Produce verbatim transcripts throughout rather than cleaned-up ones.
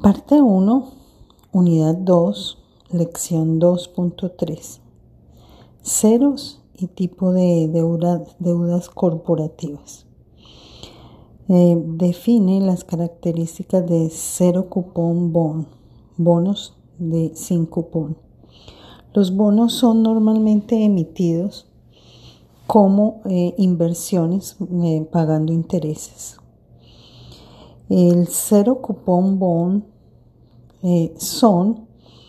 Parte uno, unidad dos, lección dos punto tres. Ceros y tipo de deuda, deudas corporativas. Eh, define las características de cero cupón bond, bonos de sin cupón. Los bonos son normalmente emitidos como eh, inversiones eh, pagando intereses. El cero cupón bond eh, son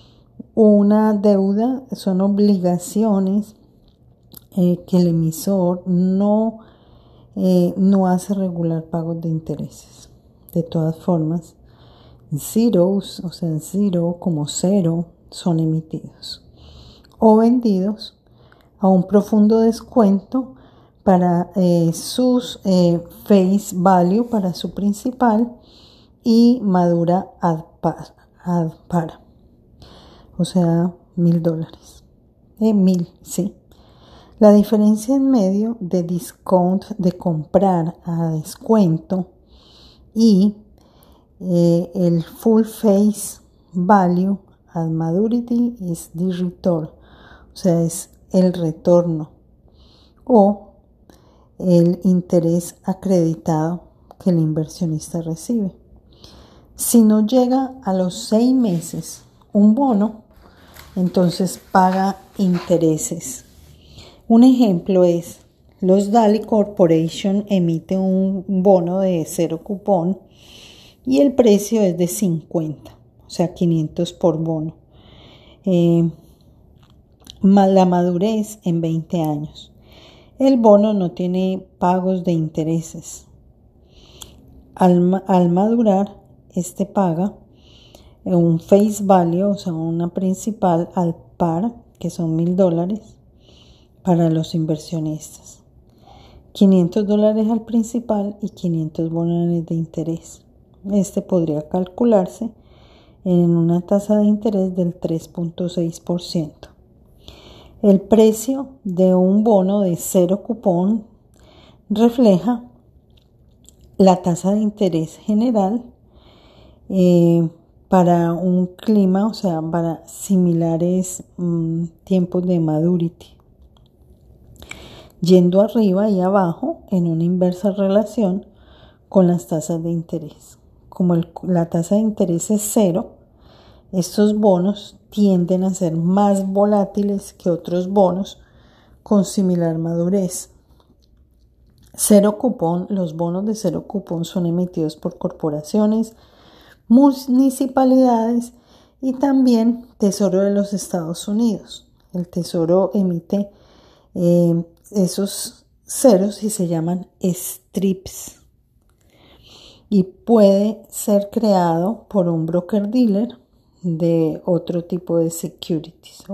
una deuda, son obligaciones eh, que el emisor no, eh, no hace regular pagos de intereses. De todas formas, zeros, o sea, cero como cero, son emitidos o vendidos a un profundo descuento para eh, sus eh, face value, para su principal, y madura ad par, ad par. O sea, mil dólares. Eh, mil, sí. La diferencia en medio de discount, de comprar a descuento, y eh, el full face value at maturity is the return. O sea, es el retorno o el interés acreditado que el inversionista recibe. Si no llega a los seis meses un bono, entonces paga intereses. Un ejemplo es, los Dali Corporation emite un bono de cero cupón y el precio es de cincuenta, o sea, quinientos por bono. Eh, la madurez en veinte años. El bono no tiene pagos de intereses. Al, al madurar, este paga un face value, o sea, una principal al par, que son mil dólares para los inversionistas. quinientos dólares al principal y quinientos dólares de interés. Este podría calcularse en una tasa de interés del tres punto seis por ciento. El precio de un bono de cero cupón refleja la tasa de interés general eh, para un clima, o sea, para similares um, tiempos de maturity, yendo arriba y abajo en una inversa relación con las tasas de interés. Como el, la tasa de interés es cero, estos bonos tienden a ser más volátiles que otros bonos con similar madurez. Cero cupón, los bonos de cero cupón son emitidos por corporaciones, municipalidades y también Tesoro de los Estados Unidos. El Tesoro emite eh, esos ceros y se llaman strips. Y puede ser creado por un broker dealer de otro tipo de securities.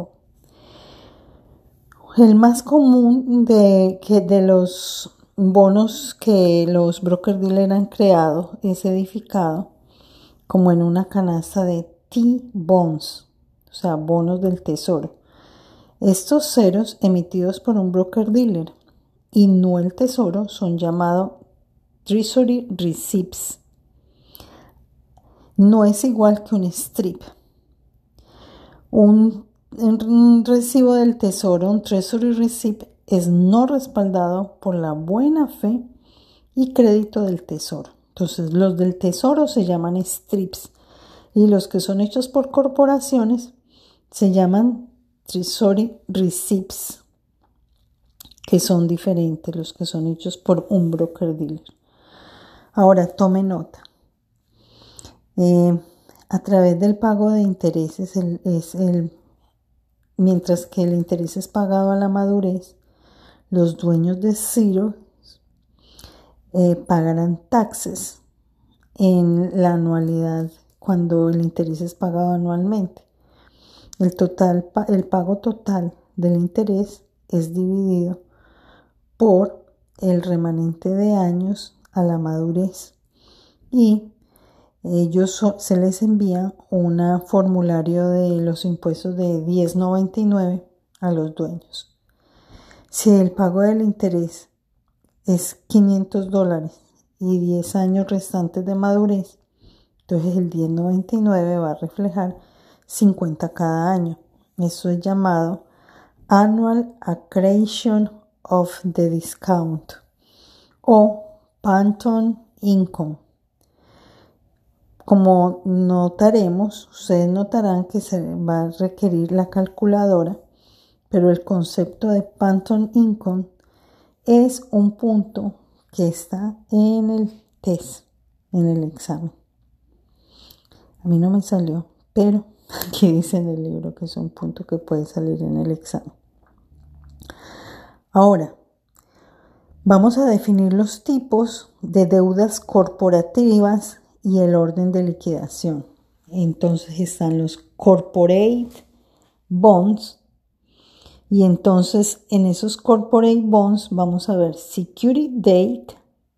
El más común de, que de los bonos que los broker dealer han creado es edificado como en una canasta de T-bonds, o sea, bonos del tesoro. Estos ceros emitidos por un broker dealer y no el tesoro son llamados Treasury Receipts. No es igual que un strip. Un, un recibo del tesoro, un Treasury Receipt, es no respaldado por la buena fe y crédito del tesoro. Entonces, los del tesoro se llaman strips y los que son hechos por corporaciones se llaman Treasury Receipts, que son diferentes los que son hechos por un broker dealer. Ahora, tome nota. Eh, a través del pago de intereses, el, es el, mientras que el interés es pagado a la madurez, los dueños de cero eh, pagarán taxes en la anualidad cuando el interés es pagado anualmente. El, total, el pago total del interés es dividido por el remanente de años a la madurez y ellos se les envía un formulario de los impuestos de diez noventa y nueve a los dueños. Si el pago del interés es quinientos dólares y diez años restantes de madurez, Entonces el diez noventa y nueve va a reflejar cincuenta cada año. Eso es llamado Annual Accretion of the Discount o Phantom Income. Como notaremos, ustedes notarán que se va a requerir la calculadora, pero el concepto de Phantom Income es un punto que está en el test, en el examen. A mí no me salió, pero aquí dice en el libro que es un punto que puede salir en el examen. Ahora, vamos a definir los tipos de deudas corporativas y el orden de liquidación. Entonces están los corporate bonds y entonces en esos corporate bonds vamos a ver security debt,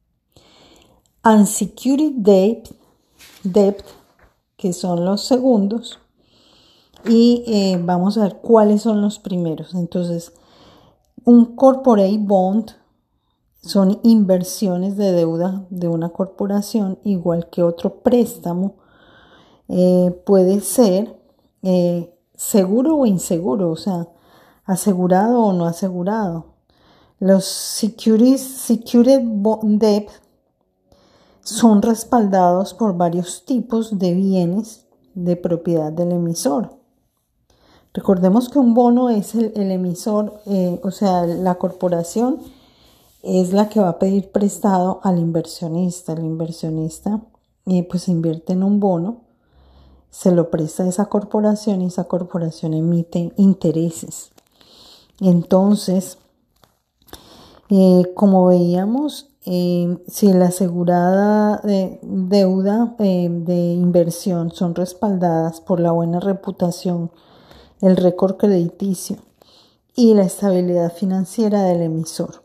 unsecured debt, debt que son los segundos y eh, vamos a ver cuáles son los primeros. Entonces un corporate bond son inversiones de deuda de una corporación, igual que otro préstamo. Eh, puede ser eh, seguro o inseguro, o sea, asegurado o no asegurado. Los securities, secured debt son respaldados por varios tipos de bienes de propiedad del emisor. Recordemos que un bono es el, el emisor, eh, o sea, la corporación es la que va a pedir prestado al inversionista. El inversionista eh, pues invierte en un bono, se lo presta a esa corporación y esa corporación emite intereses. Entonces, eh, como veíamos, eh, si la asegurada de deuda eh, de inversión son respaldadas por la buena reputación, el récord crediticio y la estabilidad financiera del emisor.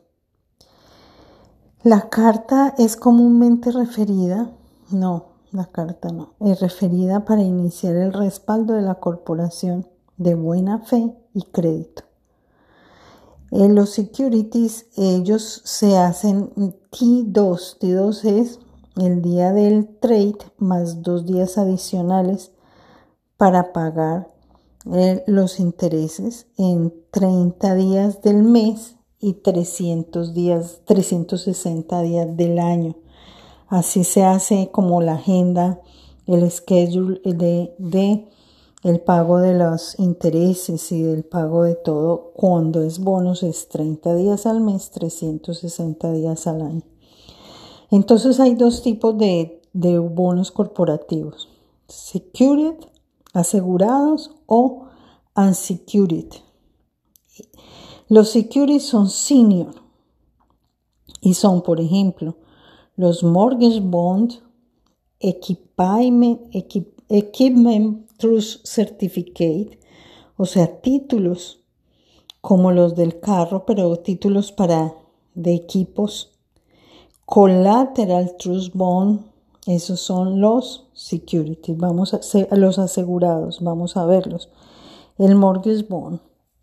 La carta es comúnmente referida, no, la carta no, es referida para iniciar el respaldo de la corporación de buena fe y crédito. En los securities, ellos se hacen T dos. T dos es el día del trade más dos días adicionales para pagar eh, los intereses en treinta días del mes y trescientos días, trescientos sesenta días del año. Así se hace como la agenda, el schedule de, de el pago de los intereses y del pago de todo. Cuando es bonos es treinta días al mes, trescientos sesenta días al año. Entonces hay dos tipos de, de bonos corporativos: secured, asegurados, o unsecured. Los securities son senior y son, por ejemplo, los mortgage bond, equipment, equip, equipment trust certificate, o sea, títulos como los del carro, pero títulos para de equipos. Collateral trust bond, esos son los securities, vamos a hacer los asegurados, vamos a verlos. El mortgage bond,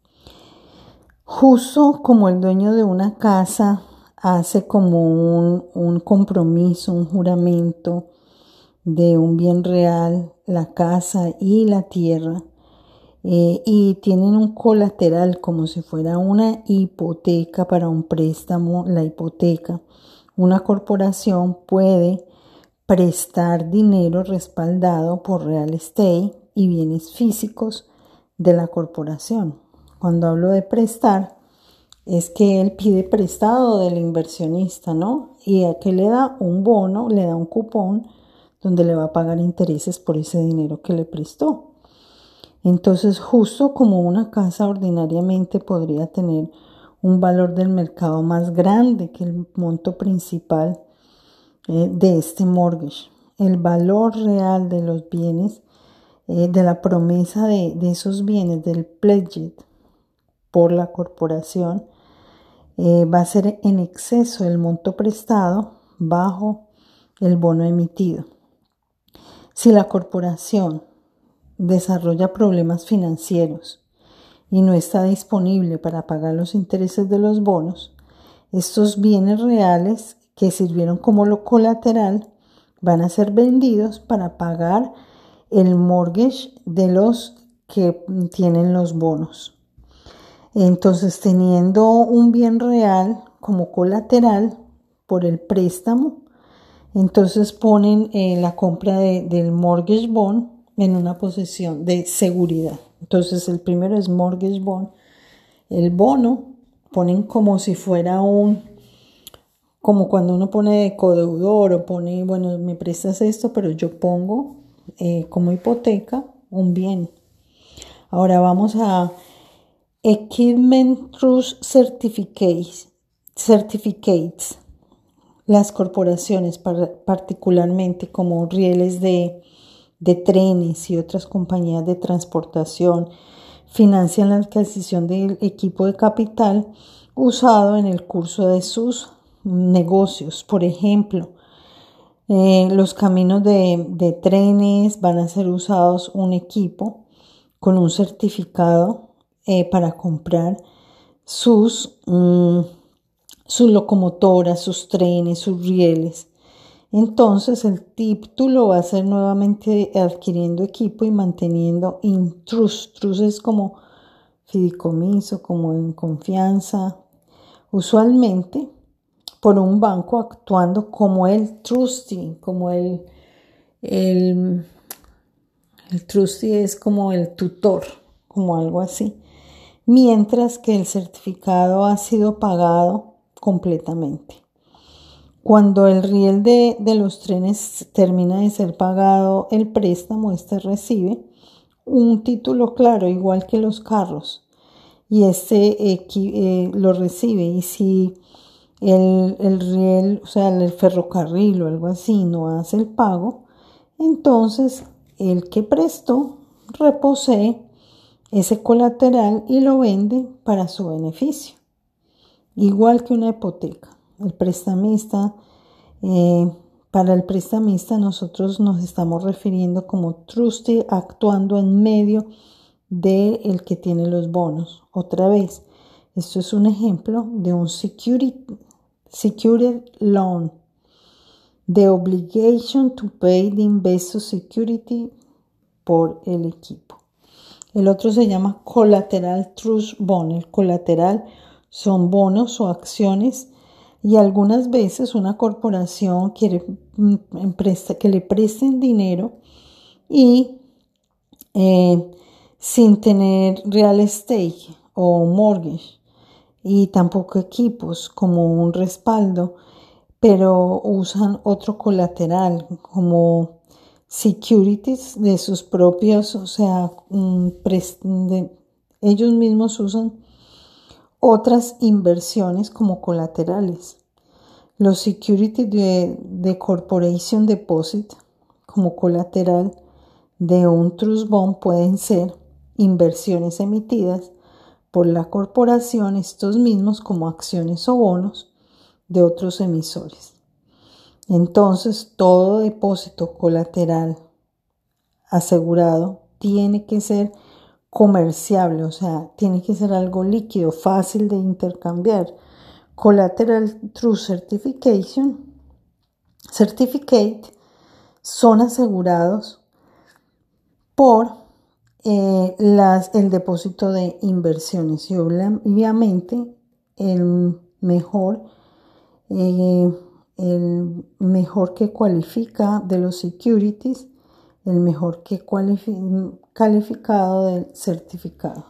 justo como el dueño de una casa hace como un, un compromiso, un juramento de un bien real, la casa y la tierra, eh, y tienen un colateral como si fuera una hipoteca para un préstamo, la hipoteca. Una corporación puede prestar dinero respaldado por real estate y bienes físicos de la corporación. Cuando hablo de prestar, es que él pide prestado del inversionista, ¿no? Y a que le da un bono, le da un cupón donde le va a pagar intereses por ese dinero que le prestó. Entonces, justo como una casa ordinariamente podría tener un valor del mercado más grande que el monto principal eh, de este mortgage, el valor real de los bienes, eh, de la promesa de, de esos bienes, del pledge por la corporación, eh, va a ser en exceso el monto prestado bajo el bono emitido. Si la corporación desarrolla problemas financieros y no está disponible para pagar los intereses de los bonos, estos bienes reales que sirvieron como lo colateral van a ser vendidos para pagar el mortgage de los que tienen los bonos. Entonces, teniendo un bien real como colateral por el préstamo, entonces ponen eh, la compra de, del mortgage bond en una posición de seguridad. Entonces, el primero es mortgage bond. El bono ponen como si fuera un, como cuando uno pone de codeudor o pone, bueno, me prestas esto, pero yo pongo eh, como hipoteca un bien. Ahora vamos a Equipment Trust Certificates. Certificates. Las corporaciones, particularmente como rieles de, de trenes y otras compañías de transportación, financian la adquisición del equipo de capital usado en el curso de sus negocios. Por ejemplo, eh, los caminos de, de trenes van a ser usados un equipo con un certificado eh, para comprar sus, mm, sus locomotoras, sus trenes, sus rieles. Entonces el título va a ser nuevamente adquiriendo equipo y manteniendo in trust. Trust es como fideicomiso, como en confianza, usualmente por un banco actuando como el trustee, como el, el, el trustee es como el tutor, como algo así, mientras que el certificado ha sido pagado completamente. Cuando el riel de, de los trenes termina de ser pagado el préstamo, este recibe un título claro, igual que los carros, y este eh, eh, lo recibe. Y si el, el riel, o sea, el ferrocarril o algo así no hace el pago, entonces el que prestó reposee ese colateral y lo vende para su beneficio, igual que una hipoteca. El prestamista, eh, para el prestamista nosotros nos estamos refiriendo como trustee actuando en medio de el que tiene los bonos. Otra vez, esto es un ejemplo de un security, secured loan, the obligation to pay the investor security por el equipo. El otro se llama collateral trust bond. El colateral son bonos o acciones y algunas veces una corporación quiere que le presten dinero y eh, sin tener real estate o mortgage y tampoco equipos como un respaldo, pero usan otro colateral como securities de sus propios, o sea, de, ellos mismos usan otras inversiones como colaterales. Los securities de, de corporation deposit como colateral de un trust bond pueden ser inversiones emitidas por la corporación, estos mismos como acciones o bonos de otros emisores. Entonces, todo depósito colateral asegurado tiene que ser comerciable, o sea, tiene que ser algo líquido, fácil de intercambiar. Collateral Trust Certification, Certificate son asegurados por eh, las, el depósito de inversiones y obviamente el mejor, eh, el mejor que cualifica de los securities, el mejor que cualifi- calificado del certificado.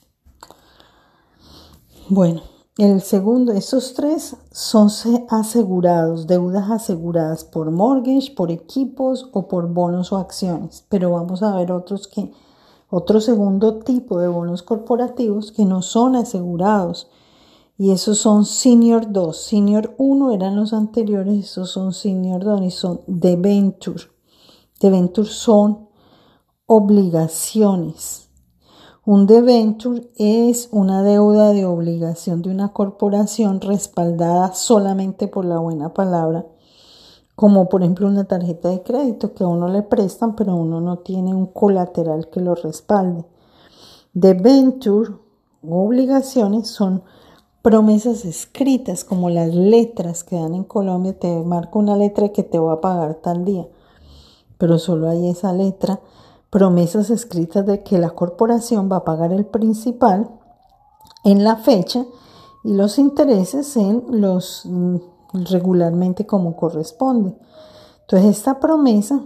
Bueno, el segundo, esos tres son asegurados, deudas aseguradas por mortgage, por equipos o por bonos o acciones. Pero vamos a ver otros que, otro segundo tipo de bonos corporativos que no son asegurados. Y esos son Senior dos. Senior uno eran los anteriores, esos son Senior dos y son debenture. Debenture son obligaciones. Un debenture es una deuda de obligación de una corporación respaldada solamente por la buena palabra, como por ejemplo una tarjeta de crédito que a uno le prestan, pero uno no tiene un colateral que lo respalde. Debenture o obligaciones son promesas escritas, como las letras que dan en Colombia. Te marca una letra que te va a pagar tal día, pero solo hay esa letra. Promesas escritas de que la corporación va a pagar el principal en la fecha y los intereses en los regularmente como corresponde. Entonces esta promesa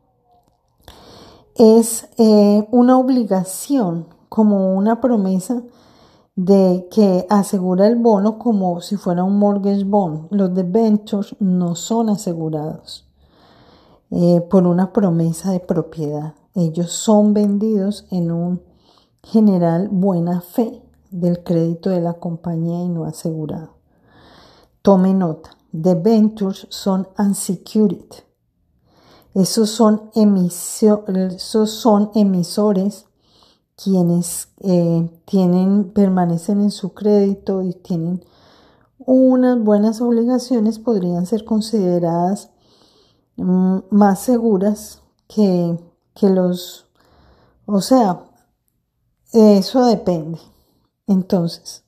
es eh, una obligación, como una promesa de que asegura el bono como si fuera un mortgage bond. Los debentures no son asegurados eh, por una promesa de propiedad. Ellos son vendidos en un general buena fe del crédito de la compañía y no asegurado. Tome nota, debentures son unsecured. Esos son, emisio, esos son emisores quienes eh, tienen, permanecen en su crédito y tienen unas buenas obligaciones, podrían ser consideradas mm, más seguras que, que los, o sea, eso depende. Entonces,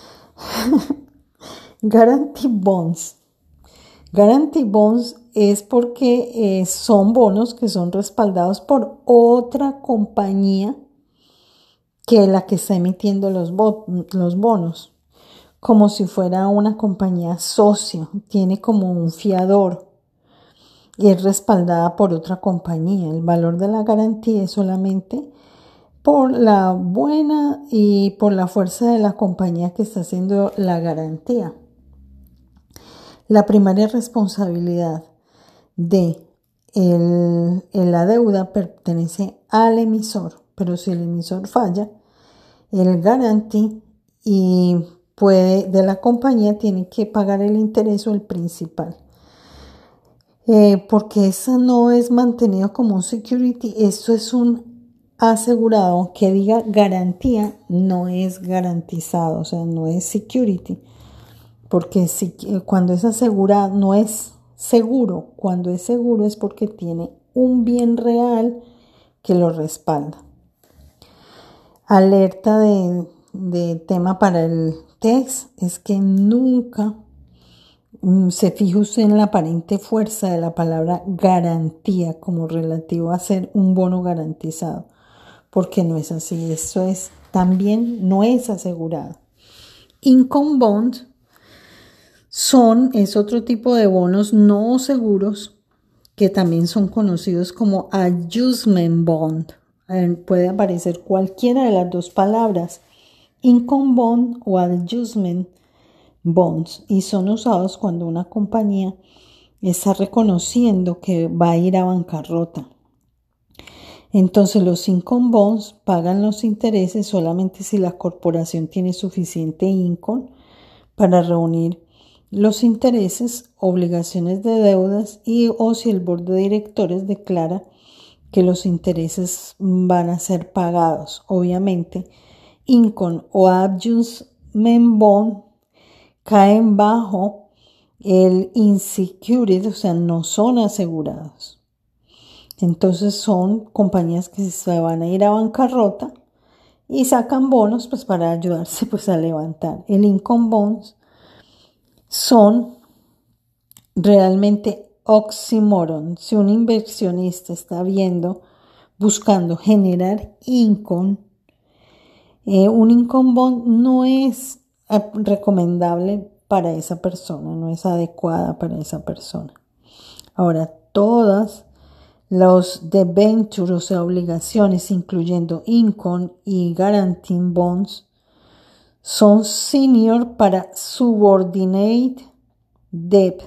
Guarantee Bonds. Guarantee Bonds es porque eh, son bonos que son respaldados por otra compañía que la que está emitiendo los, bo- los bonos, como si fuera una compañía socio, tiene como un fiador y es respaldada por otra compañía. El valor de la garantía es solamente por la buena y por la fuerza de la compañía que está haciendo la garantía. La primaria responsabilidad de el, la deuda pertenece al emisor, pero si el emisor falla, el garantí y puede, de la compañía tiene que pagar el interés o el principal. Eh, porque eso no es mantenido como un security, esto es un asegurado. Que diga garantía no es garantizado, o sea, no es security. Porque si, cuando es asegurado, no es seguro. Cuando es seguro es porque tiene un bien real que lo respalda. Alerta de, de tema para el text es que nunca um, se fije usted en la aparente fuerza de la palabra garantía como relativo a ser un bono garantizado, porque no es así. Eso es también no es asegurado. Income bond Son, es otro tipo de bonos no seguros que también son conocidos como adjustment bond. Eh, puede aparecer cualquiera de las dos palabras, income bond o adjustment bonds, y son usados cuando una compañía está reconociendo que va a ir a bancarrota. Entonces los income bonds pagan los intereses solamente si la corporación tiene suficiente income para reunir los intereses, obligaciones de deudas y o si el board de directores declara que los intereses van a ser pagados. Obviamente, income o adjustment bond caen bajo el unsecured, o sea, no son asegurados. Entonces son compañías que se van a ir a bancarrota y sacan bonos pues para ayudarse pues a levantar. El income bonds son realmente oxímoron. Si un inversionista está viendo, buscando generar income, eh, un income bond no es recomendable para esa persona, no es adecuada para esa persona. Ahora, todas los debentures, o sea, obligaciones, incluyendo income y guarantee bonds, son senior para subordinate debt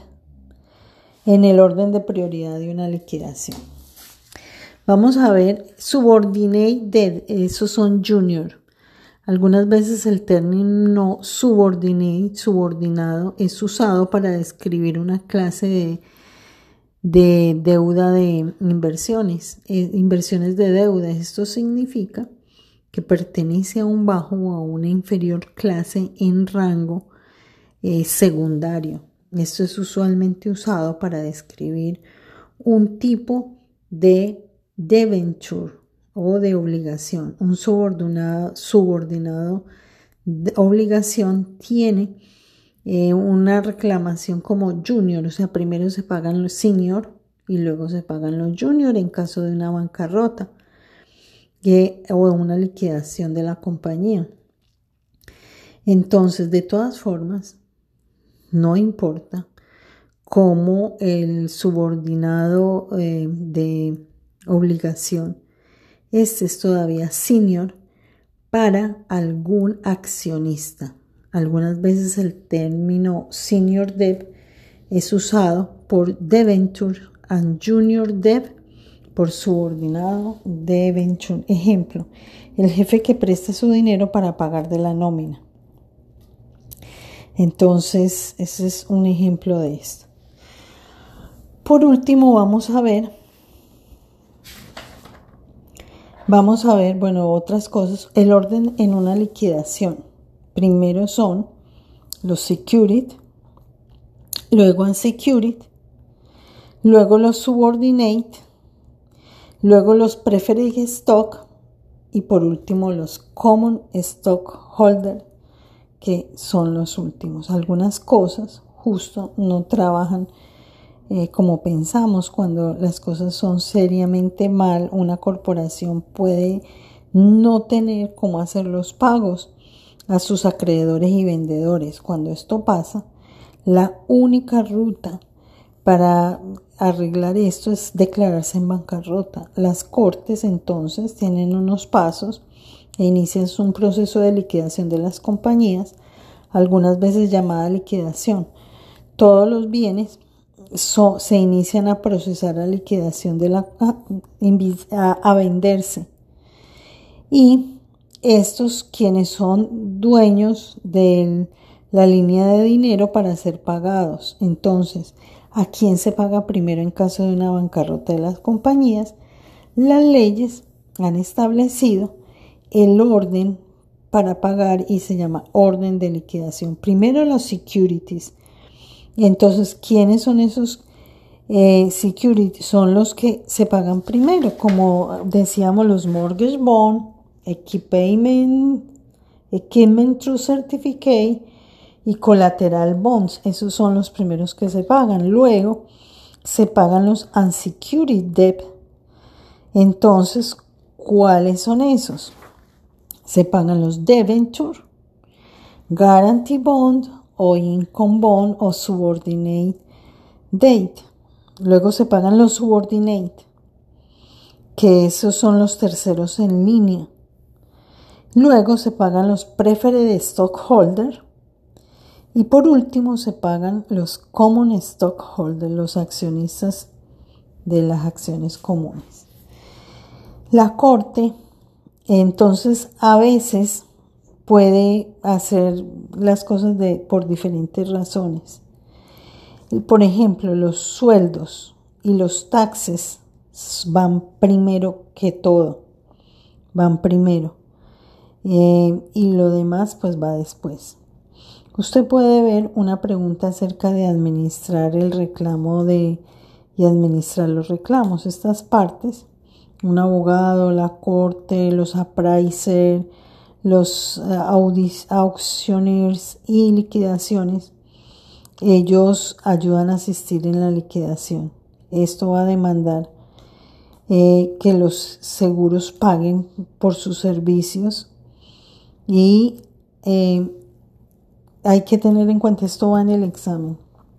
en el orden de prioridad de una liquidación. Vamos a ver subordinate debt, esos son junior. Algunas veces el término subordinate, subordinado, es usado para describir una clase de, de deuda de inversiones, eh, inversiones de deuda. Esto significa que pertenece a un bajo o a una inferior clase en rango eh, secundario. Esto es usualmente usado para describir un tipo de debenture o de obligación, un subordinado, subordinado obligación tiene eh, una reclamación como junior, o sea, primero se pagan los senior y luego se pagan los junior en caso de una bancarrota eh, o una liquidación de la compañía. Entonces, de todas formas, no importa cómo el subordinado eh, de obligación este es todavía senior para algún accionista. Algunas veces el término senior debt es usado por debenture and junior debt por subordinado debenture. Ejemplo, el jefe que presta su dinero para pagar de la nómina. Entonces, ese es un ejemplo de esto. Por último, vamos a ver, vamos a ver, bueno, otras cosas. El orden en una liquidación. Primero son los secured, luego unsecured, luego los subordinate, luego los preferred stock y por último los common stock holder, que son los últimos. Algunas cosas justo no trabajan eh, como pensamos. Cuando las cosas son seriamente mal, una corporación puede no tener cómo hacer los pagos a sus acreedores y vendedores. Cuando esto pasa, la única ruta para arreglar esto es declararse en bancarrota. Las cortes entonces tienen unos pasos e inician un proceso de liquidación de las compañías, algunas veces llamada liquidación. Todos los bienes so, se inician a procesar la liquidación de la a, a, a venderse. Y estos quienes son dueños de la línea de dinero para ser pagados. Entonces, ¿a quién se paga primero en caso de una bancarrota de las compañías? Las leyes han establecido el orden para pagar y se llama orden de liquidación. Primero los securities. Y entonces, ¿quiénes son esos eh, securities? Son los que se pagan primero, como decíamos, los mortgage bond, equipment, equipment true certificate y collateral bonds. Esos son los primeros que se pagan. Luego se pagan los unsecured debt. Entonces, ¿cuáles son esos? Se pagan los debenture, guarantee bond o income bond o subordinate debt. Luego se pagan los subordinate, que esos son los terceros en línea. Luego se pagan los preferred stockholder y por último se pagan los common stockholder, los accionistas de las acciones comunes. La corte entonces a veces puede hacer las cosas de, por diferentes razones. Por ejemplo, los sueldos y los taxes van primero que todo, van primero eh, y lo demás pues va después. Usted puede ver una pregunta acerca de administrar el reclamo de, y administrar los reclamos. Estas partes, un abogado, la corte, los appraisers, los uh, auctioneers y liquidaciones, ellos ayudan a asistir en la liquidación. Esto va a demandar eh, que los seguros paguen por sus servicios y eh, hay que tener en cuenta, esto va en el examen.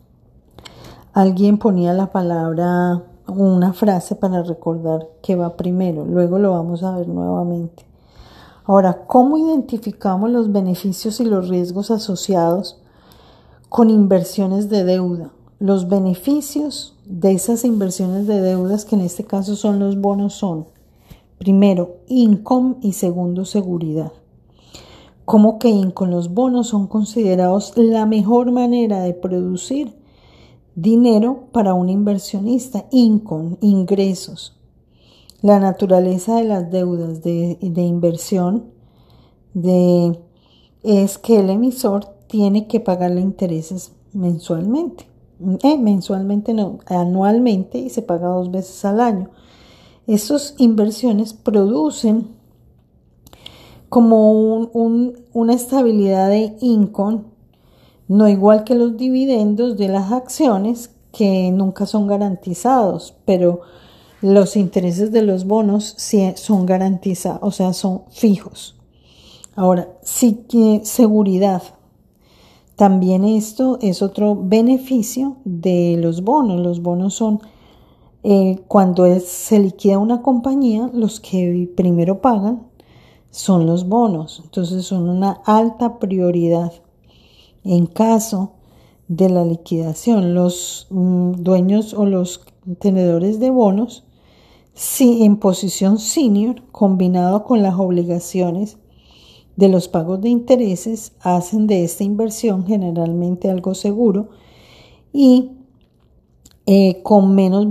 Alguien ponía la palabra, una frase para recordar que va primero, luego lo vamos a ver nuevamente. Ahora, ¿cómo identificamos los beneficios y los riesgos asociados con inversiones de deuda? Los beneficios de esas inversiones de deudas, que en este caso son los bonos, son primero income y segundo seguridad. ¿Cómo que income? Los bonos son considerados la mejor manera de producir dinero para un inversionista. Income, ingresos. La naturaleza de las deudas de, de inversión de, es que el emisor tiene que pagarle intereses mensualmente. Eh, mensualmente no, anualmente, y se paga dos veces al año. Estas inversiones producen como un, un, una estabilidad de income, no igual que los dividendos de las acciones que nunca son garantizados, pero los intereses de los bonos sí son garantizados, o sea, son fijos. Ahora, sí que seguridad. También esto es otro beneficio de los bonos. Los bonos son, eh, cuando es, se liquida una compañía, los que primero pagan son los bonos. Entonces son una alta prioridad. En caso de la liquidación, los mm, dueños o los tenedores de bonos, si en posición senior, combinado con las obligaciones de los pagos de intereses, hacen de esta inversión generalmente algo seguro y eh, con menos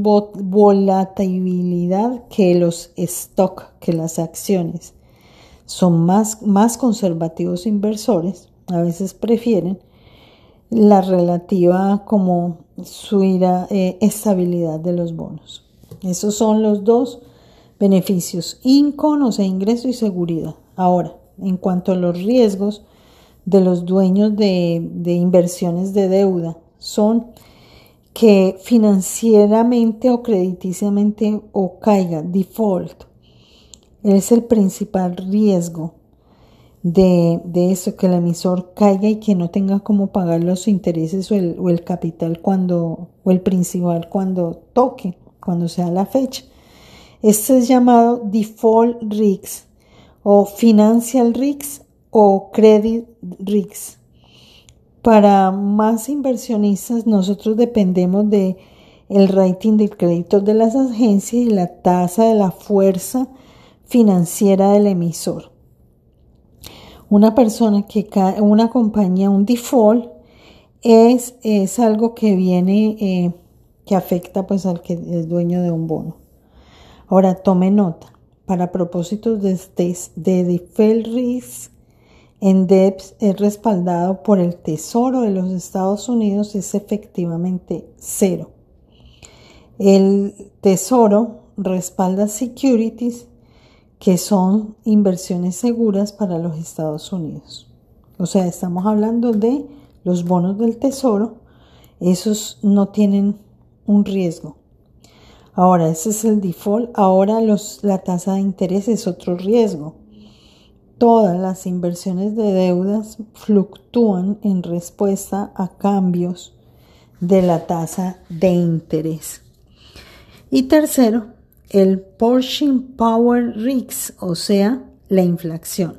volatilidad que los stock, que las acciones. Son más, más conservativos inversores, a veces prefieren la relativa como su eh, estabilidad de los bonos. Esos son los dos beneficios, income, o sea, ingreso y seguridad. Ahora, en cuanto a los riesgos de los dueños de, de inversiones de deuda, son que financieramente o crediticiamente o caiga, default, es el principal riesgo de, de eso, que el emisor caiga y que no tenga cómo pagar los intereses o el, o el capital cuando, o el principal cuando toque, cuando sea la fecha. Este es llamado default risk o financial risk o credit risk. Para más inversionistas, nosotros dependemos de el rating de crédito de las agencias y la tasa de la fuerza financiera del emisor. Una persona que cae, una compañía, un default, es, es algo que viene, eh, que afecta pues al que es dueño de un bono. Ahora, tome nota, para propósitos de, de, de default risk, en D E P S es respaldado por el Tesoro de los Estados Unidos, es efectivamente cero. El Tesoro respalda securities que son inversiones seguras para los Estados Unidos. O sea, estamos hablando de los bonos del Tesoro, esos no tienen un riesgo. Ahora, ese es el default. Ahora los, la tasa de interés es otro riesgo. Todas las inversiones de deudas fluctúan en respuesta a cambios de la tasa de interés. Y tercero, el purchasing power risk, o sea, la inflación.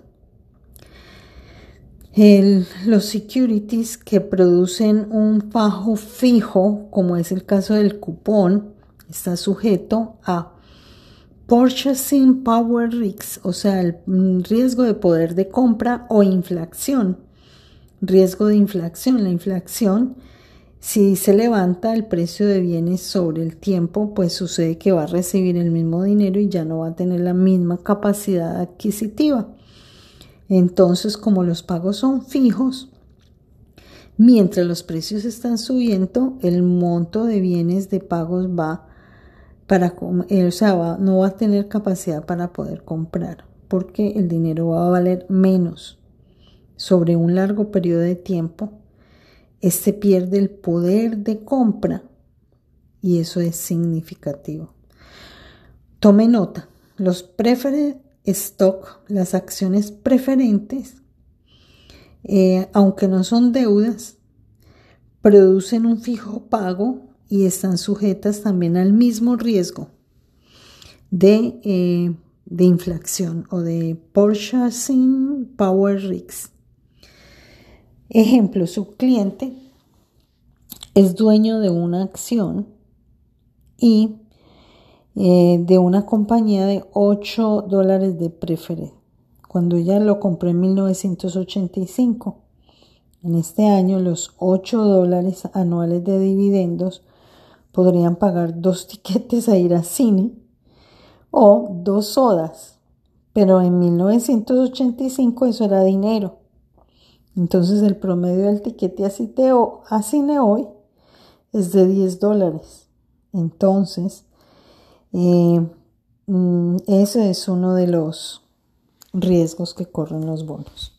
El, los securities que producen un pago fijo, como es el caso del cupón, está sujeto a purchasing power risk, o sea, el riesgo de poder de compra o inflación. Riesgo de inflación. La inflación, si se levanta el precio de bienes sobre el tiempo, pues sucede que va a recibir el mismo dinero y ya no va a tener la misma capacidad adquisitiva. Entonces, como los pagos son fijos, mientras los precios están subiendo, el monto de bienes de pagos va para, o sea, va, no va a tener capacidad para poder comprar, porque el dinero va a valer menos. Sobre un largo periodo de tiempo, este pierde el poder de compra y eso es significativo. Tome nota, los preferred stock, las acciones preferentes, eh, aunque no son deudas, producen un fijo pago y están sujetas también al mismo riesgo de, eh, de inflación o de purchasing power risk. Ejemplo, su cliente es dueño de una acción y eh, de una compañía de ocho dólares de preferred. Cuando ella lo compró en mil novecientos ochenta y cinco, en este año los ocho dólares anuales de dividendos podrían pagar dos tiquetes a ir al cine o dos sodas, pero en mil novecientos ochenta y cinco eso era dinero. Entonces el promedio del tiquete a cine hoy es de diez dólares. Entonces, eh, ese es uno de los, riesgos que corren los bonos.